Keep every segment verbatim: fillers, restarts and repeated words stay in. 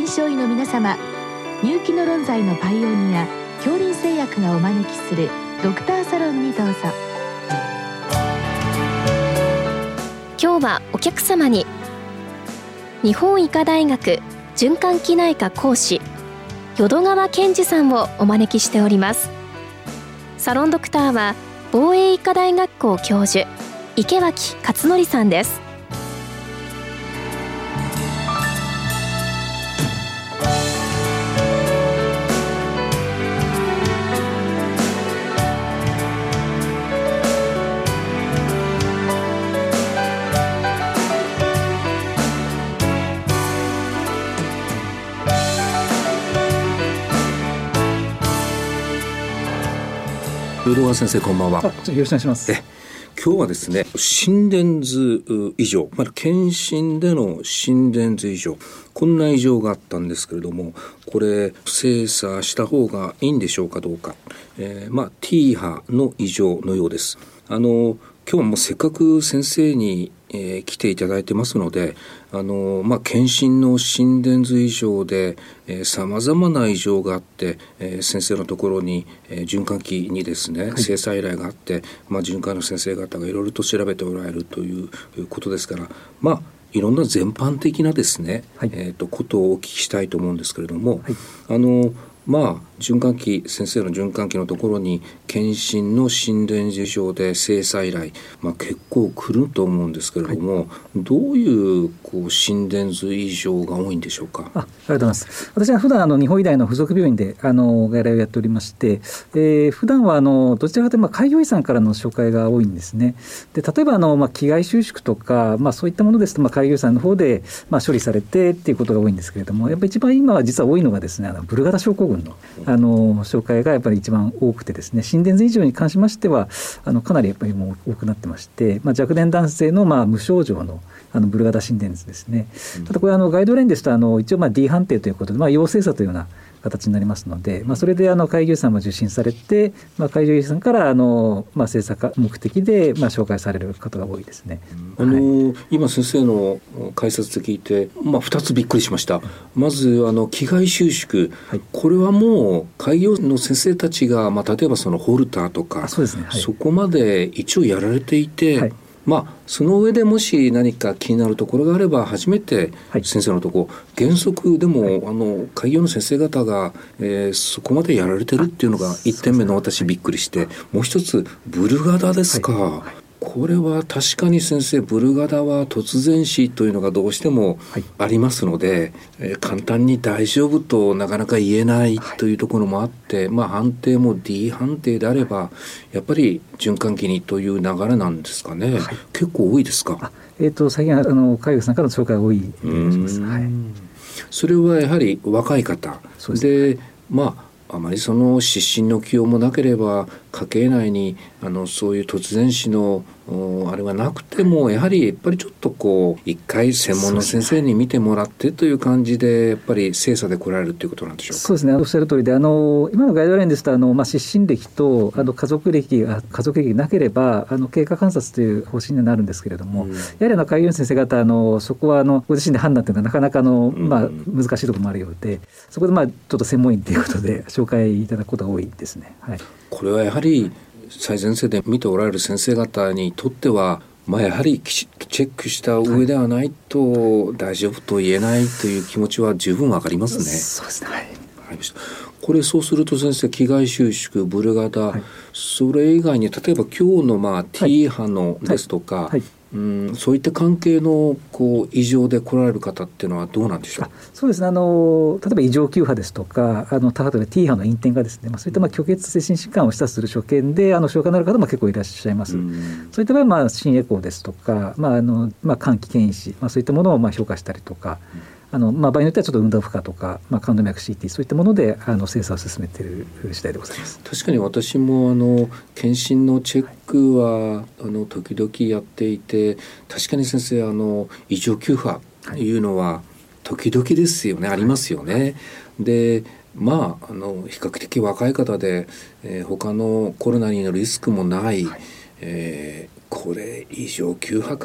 臨床医の皆様、入気の論剤のパイオニア恐林製薬がお招きするドクターサロンにどうぞ。 今日はお客様に日本医科大学循環器内科講師淀川健二さんをお招きしております。サロンドクターは防衛医科大学校教授池脇勝則さんです。 淀川先生、こんばんは。 よろしくお願いします。 え今日はですね、心電図異常、まあ、検診での心電図異常、こんな異常があったんですけれども、これ精査した方がいいんでしょうかどうか、えーまあ、T 波の異常のようです。あの今日はもうせっかく先生に、えー、来ていただいてますので、あの、まあ、検診の心電図異常で、えー、様々な異常があって、えー、先生のところに、えー、循環器にですね、はい、精査依頼があって、まあ、循環の先生方がいろいろと調べておられるということですから、まあ、いろんな全般的なですね、はい、えーと、ことをお聞きしたいと思うんですけれども、はい、あの、まあ、循環器、先生の循環器のところに検診の心電図異常で精査依頼、まあ、結構来ると思うんですけれども、はい、どういうこう心電図異常が多いんでしょうか。 あ、ありがとうございます。私は普段あの日本医大の付属病院であの外来をやっておりまして、えー、普段はあのどちらかというとまあ開業医さんからの紹介が多いんですね。で例えばあの、まあ、気外収縮とか、まあ、そういったものですと、まあ、開業医さんの方で、まあ、処理されてっていうことが多いんですけれども、やっぱり一番今は実は多いのがですね、あのブルガダ症候群のあの紹介がやっぱり一番多くてですね、心電図異常に関しましてはあのかなりやっぱりもう多くなってまして、まあ、若年男性のまあ無症状のあのブルガダ心電図ですね。ただこれあのガイドラインですとあの一応まあ D 判定ということで、まあ、陽性差というような形になりますので、まあ、それであの開業医さんも受診されて、まあ、開業医さんからあの、まあ、精査目的でまあ紹介される方が多いですね。 あのーはい、今先生の解説で聞いて、まあ、ふたつびっくりしました。まずあの気外収縮、はい、これはもう開業の先生たちが、まあ、例えばそのホルターとか そ,、ねはい、そこまで一応やられていて、はい、まあ、その上でもし何か気になるところがあれば初めて先生のところ、はい、原則でも、はい、あの開業の先生方が、えー、そこまでやられてるっていうのがいってんめの私びっくりして、もう一つブルガダですか、はいはい、これは確かに先生ブルガダは突然死というのがどうしてもありますので、はいえー、簡単に大丈夫となかなか言えないというところもあって、はいまあ、判定も D 判定であればやっぱり循環器にという流れなんですかね、はい、結構多いですか。 あ、えー、と最近あの海外さんからの紹介が多いお願いします、はい、 それはやはり若い方 で, でまああまりその失神の気用もなければ家系内にあのそういう突然死のあれはなくてもやはりやっぱりちょっとこう一回専門の先生に見てもらってという感じでやっぱり精査で来られるということなんでしょうか。 そうですね、おっしゃる通りであの今のガイドラインですとあの、まあ、失神歴とあの家族歴が家族歴がなければあの経過観察という方針になるんですけれども、うん、やはりあの開業医の先生方あのそこはあのご自身で判断というのはなかなかの、まあ、難しいところもあるようで、そこでまあちょっと専門医ということで紹介いただくことが多いですね、はい、 これはやはり最前線で見ておられる先生方にとっては、まあ、やはりきちっとチェックした上ではないと大丈夫と言えないという気持ちは十分わかりますね。 そうですね、はい、 わかりました。これそうすると先生気外収縮ブルガダ、はい、それ以外に例えば今日のまあ T 波のですとか、はいはいはいうん、そういった関係のこう異常で来られる方っていうのはどうなんでしょう。 あそうですね、あの例えば異常急波ですとかあの例えば T 波の陰点がですね、まあ、そういったまあ虚血性心疾患を示唆する所見であの消化になる方も結構いらっしゃいます、うん、そういった場合はまあ心エコーですとか、まああのまあ、肝気検視、まあ、そういったものをまあ評価したりとか、うんあのまあ、場合によってはちょっと運動負荷とか、まあ、冠動脈 シーティー そういったものであの精査を進めている次第でございます。 確かに私もあの検診のチェックは、はい、あの時々やっていて、確かに先生あの異常急波というのは時々ですよね、はい、ありますよね、はい、でまあ、あの比較的若い方で、えー、他のコロナにのリスクもない、はいえー、これ異常急波かな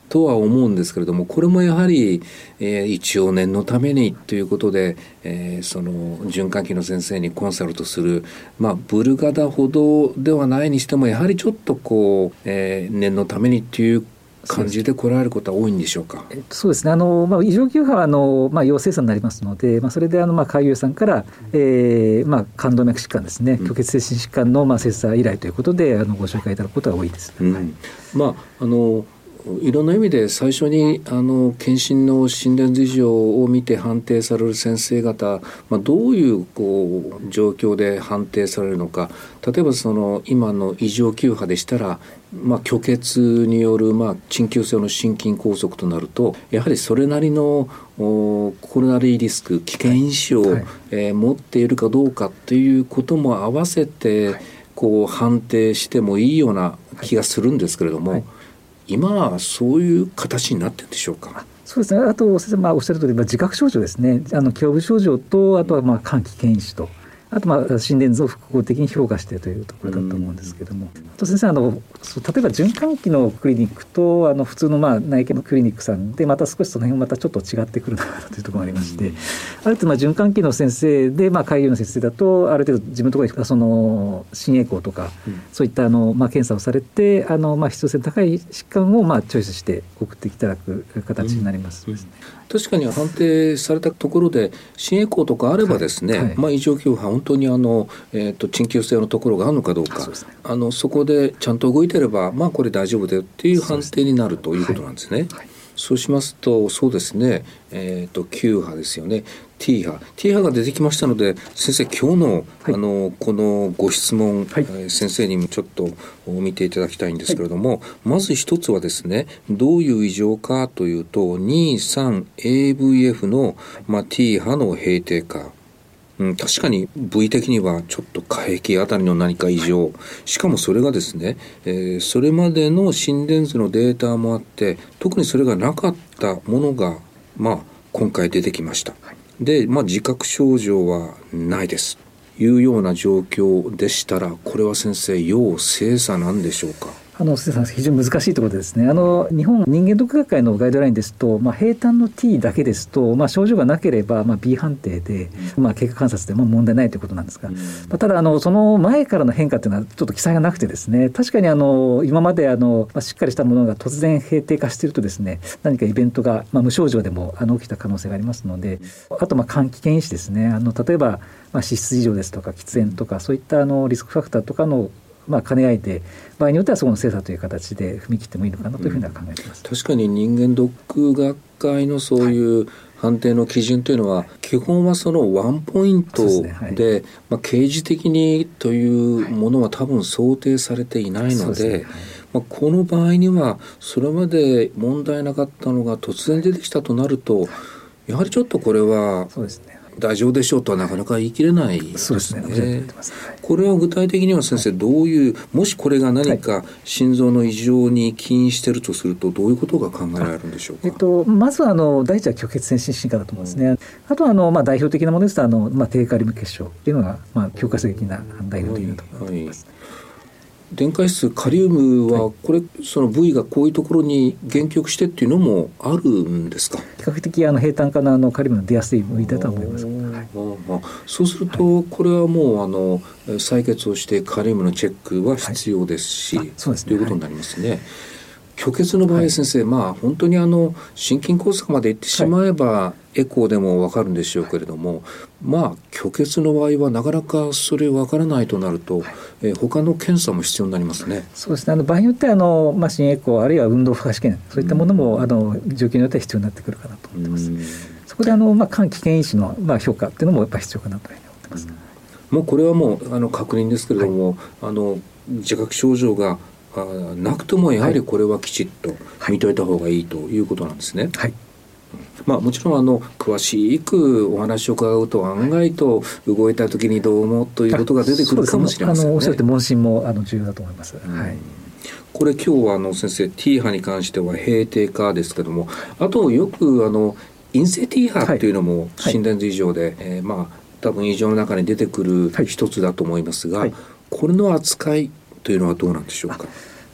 とは思うんですけれども、これもやはり、えー、一応念のためにということで、えー、その循環器の先生にコンサルトする、まあ、ブルガダほどではないにしてもやはりちょっとこう、えー、念のためにという感じで来られることは多いんでしょうか。 えっと、そうですね、あの、まあ、異常急波はあの、まあ、陽性差になりますので、まあ、それであの、まあ、海遊さんから、えーまあ、冠動脈疾患ですね、虚血性心疾患の、まあ、精査依頼ということであのご紹介いただくことが多いです、ね。うん、はい、 まああのいろんな意味で最初にあの検診の心電図異常を見て判定される先生方、まあ、どういうこう状況で判定されるのか、例えばその今の異常急波でしたら、まあ、虚血によるまあ鎮急性の心筋梗塞となるとやはりそれなりのコロナリーリスク危険因子を、はい、えー、持っているかどうかということも合わせてこう判定してもいいような気がするんですけれども、はいはい、今はそういう形になっているんでしょうか。 そうですね、あと先生、まあ、おっしゃる通り、まあ、自覚症状ですね、あの胸部症状と、あとはまあ肝気検視と、あとまあ心電図を複合的に評価してというところだと思うんですけども、あと先生、あの例えば循環器のクリニックとあの普通のまあ内科のクリニックさんでまた少しその辺またちょっと違ってくるなというところがありまして、ある程度まあ循環器の先生で、まあ、開業の先生だとある程度自分のところでその心エコーとか、うん、そういったあのまあ検査をされてあのまあ必要性の高い疾患をまあチョイスして送っていただく形になりますですね。 うんうん、確かに判定されたところで心エコーとかあればですね、はいはい、まあ、異常急波本当にあの、えー、と鎮急性のところがあるのかどうか、 そうですね、あのそこでちゃんと動いていれば、まあ、これ大丈夫だよっていう判定になるということなんですね。そうですね、はいはい、そうしますとそうですね、えー、ときゅう波ですよね、 T 波 T 波が出てきましたので、先生今日の、はい、あのこのご質問、はい、えー、先生にもちょっと見ていただきたいんですけれども、はい、まず一つはですね、どういう異常かというと にさんエーブイエフ の、まあ、T 波の閉定化、うん、確かに部位的にはちょっと下壁あたりの何か異常、しかもそれがですね、えー、それまでの心電図のデータもあって特にそれがなかったものが、まあ、今回出てきました。で、まあ、自覚症状はないですというような状況でしたら、これは先生要精査なんでしょうか。 あの先生、非常に難しいところでですね、あの日本人間ドック学会のガイドラインですと、まあ、平坦の T だけですと、まあ、症状がなければ、まあ、B 判定で、まあ、経過観察でも問題ないということなんですが、まあ、ただあのその前からの変化というのはちょっと記載がなくてですね、確かにあの今まであの、まあ、しっかりしたものが突然閉定化しているとですね、何かイベントが、まあ、無症状でもあの起きた可能性がありますので、あとまあ肝気検因子ですね、あの例えば、まあ、脂質異常ですとか喫煙とかそういったあのリスクファクターとかのまあ、兼ね合いで場合によってはそこの精査という形で踏み切ってもいいのかなというふうには考えています、 うん、確かに人間ドック学会のそういう判定の基準というのは、はい、基本はそのワンポイント で, で、ね、はい、まあ、刑事的にというものは多分想定されていないので、はい、まあ、この場合にはそれまで問題なかったのが突然出てきたとなると、やはりちょっとこれはそうですね、大丈夫でしょうとはなかなか言い切れないですね。そうですね、これは具体的には先生、どういう、もしこれが何か心臓の異常に起因しているとすると、どういうことが考えられるんでしょうか。 えっと、まずはあの第一は虚血性心身科だと思うんですね、うん、あとはあの、まあ、代表的なものですとあの、まあ、低カリウム血症というのが、まあ、教科書的な代表的なところだと思います、はいはい。 電解質カリウムはこれ、はい、その部位がこういうところに限局してっていうのもあるんですか。 比較的あの平坦化のあのカリウムの出やすい部位だと思います、はい、 そうするとこれはもうあの採血をしてカリウムのチェックは必要ですし、はい、そうですね、ということになりますね、はい。虚血の場合先生、はい、まあ本当にあの心筋梗塞まで行ってしまえば、はい、エコーでも分かるんでしょうけれども、はい、まあ虚血の場合はなかなかそれ分からないとなると、はい、えー、他の検査も必要になりますね。 そうですね、あの場合によってはあの、まあ、心エコーあるいは運動負荷試験、そういったものも、うん、あの状況によっては必要になってくるかなと思ってます、うん、そこであの、まあ、肝気検因子の、まあ、評価っていうのもやっぱり必要かなというふうに思ってます、 うん、もうこれはもうあの確認ですけれども、はい、あの自覚症状がなくともやはりこれはきちっと見といた方がいいということなんですね。はい、まあ、もちろんあの詳しくお話を伺うと案外と動いた時にどうもということが出てくるかもしれませんね。 あのおっしゃって問診もあの重要だと思います、 うん、 はい。 これ今日はあの先生 T 波に関しては閉定化ですけども、あとよくあの陰性 T 波というのも心電図異常で、はいはい、えー、まあ多分異常の中に出てくる一つだと思いますが、はいはい、これの扱いというのはどうなんでしょうか。 あ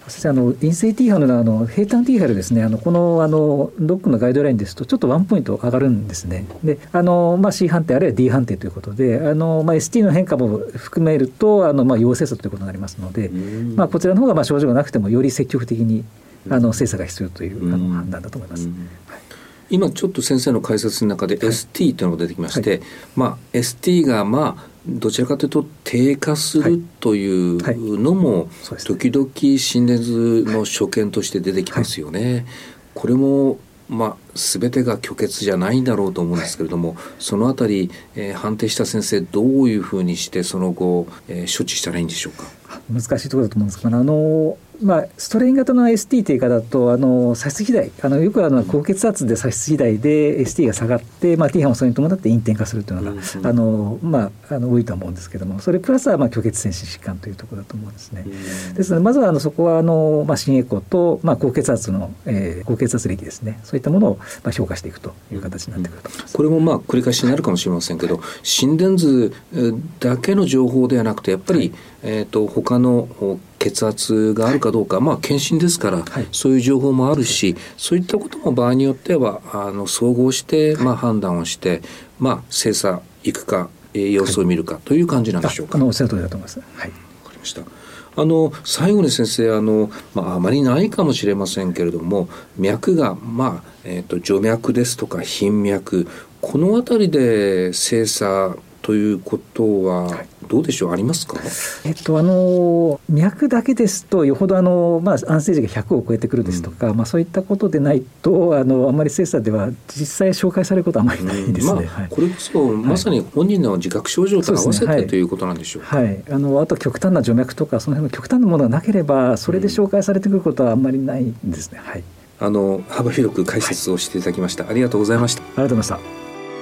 先生、あの陰性 T 波のあの平坦 T 波でですね、あのこのあのロックのガイドラインですとちょっとワンポイント上がるんですね。で、あのまあ C 判定あるいは D 判定ということで、あのまあ エスティー の変化も含めるとあのまあ陽性者ということになりますので、まあこちらの方がまあ症状がなくてもより積極的にあの精査が必要というあの判断だと思います。はい、 今ちょっと先生の解説の中で エスティー というのが出てきまして、はい、まあ エスティー がまあどちらかというと低下するというのも時々心電図の所見として出てきますよね。はいはい、これもまあ全てが虚血じゃないんだろうと思うんですけれども、はい、そのあたり、えー、判定した先生どういうふうにしてその後、えー、処置したらいいんでしょうか。 難しいところだと思うんですけど、あのまあ、ストレイン型の エスティー 低下だとあの左室肥大、あのよくあの高血圧で左室肥大で エスティー が下がって、まあ、T 波もそれに伴って陰転化するというのが、うんうん、あのまあ、あの多いと思うんですけども、それプラスはまあ虚血性心疾患というところだと思うんですね。うん、ですのでまずはあのそこはあの、まあ、心エコーと、まあ、高血圧の、えー、高血圧歴ですね、そういったものをまあ評価していくという形になってくると思います。 これもまあ繰り返しになるかもしれませんけど、心電図だけの情報ではなくてやっぱり、はい、えー、と他の血圧があるかどうか、はい、まあ検診ですから、はい、そういう情報もあるし、そういったことも場合によってはあの総合して、まあ、判断をして、まあ、精査いくか、えー、様子を見るかという感じなんでしょうか。 あ、あのおっしゃる通りだと思います。はい、 わかりました。あの最後に先生、あの、まあ、あまりないかもしれませんけれども、脈が、まあえー、と徐脈ですとか頻脈、このあたりで精査ということはどうでしょう、ありますか。 えっと、あの脈だけですとよほどあの、まあ、安静時がひゃくを超えてくるですとか、うん、まあ、そういったことでないとあのあんまり精査では実際紹介されることはあまりないですね。うん、まあ、 はい、これこそまさに本人の自覚症状と合わせて、はい、ということなんでしょうか。 はいはい、あのあと極端な徐脈とかその辺の極端なものがなければそれで紹介されてくることはあんまりないんですね。はい、 あの幅広く解説をしていただきました、はい、ありがとうございました。 ありがとうございました。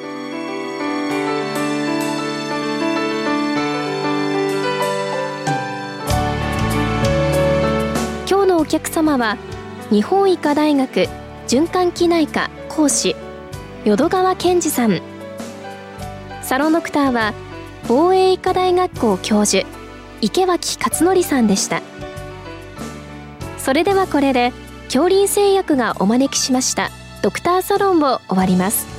お客様は日本医科大学循環器内科講師淀川健二さん、サロンドクターは防衛医科大学校教授池脇勝則さんでした。それではこれで杏林製薬がお招きしましたドクターサロンを終わります。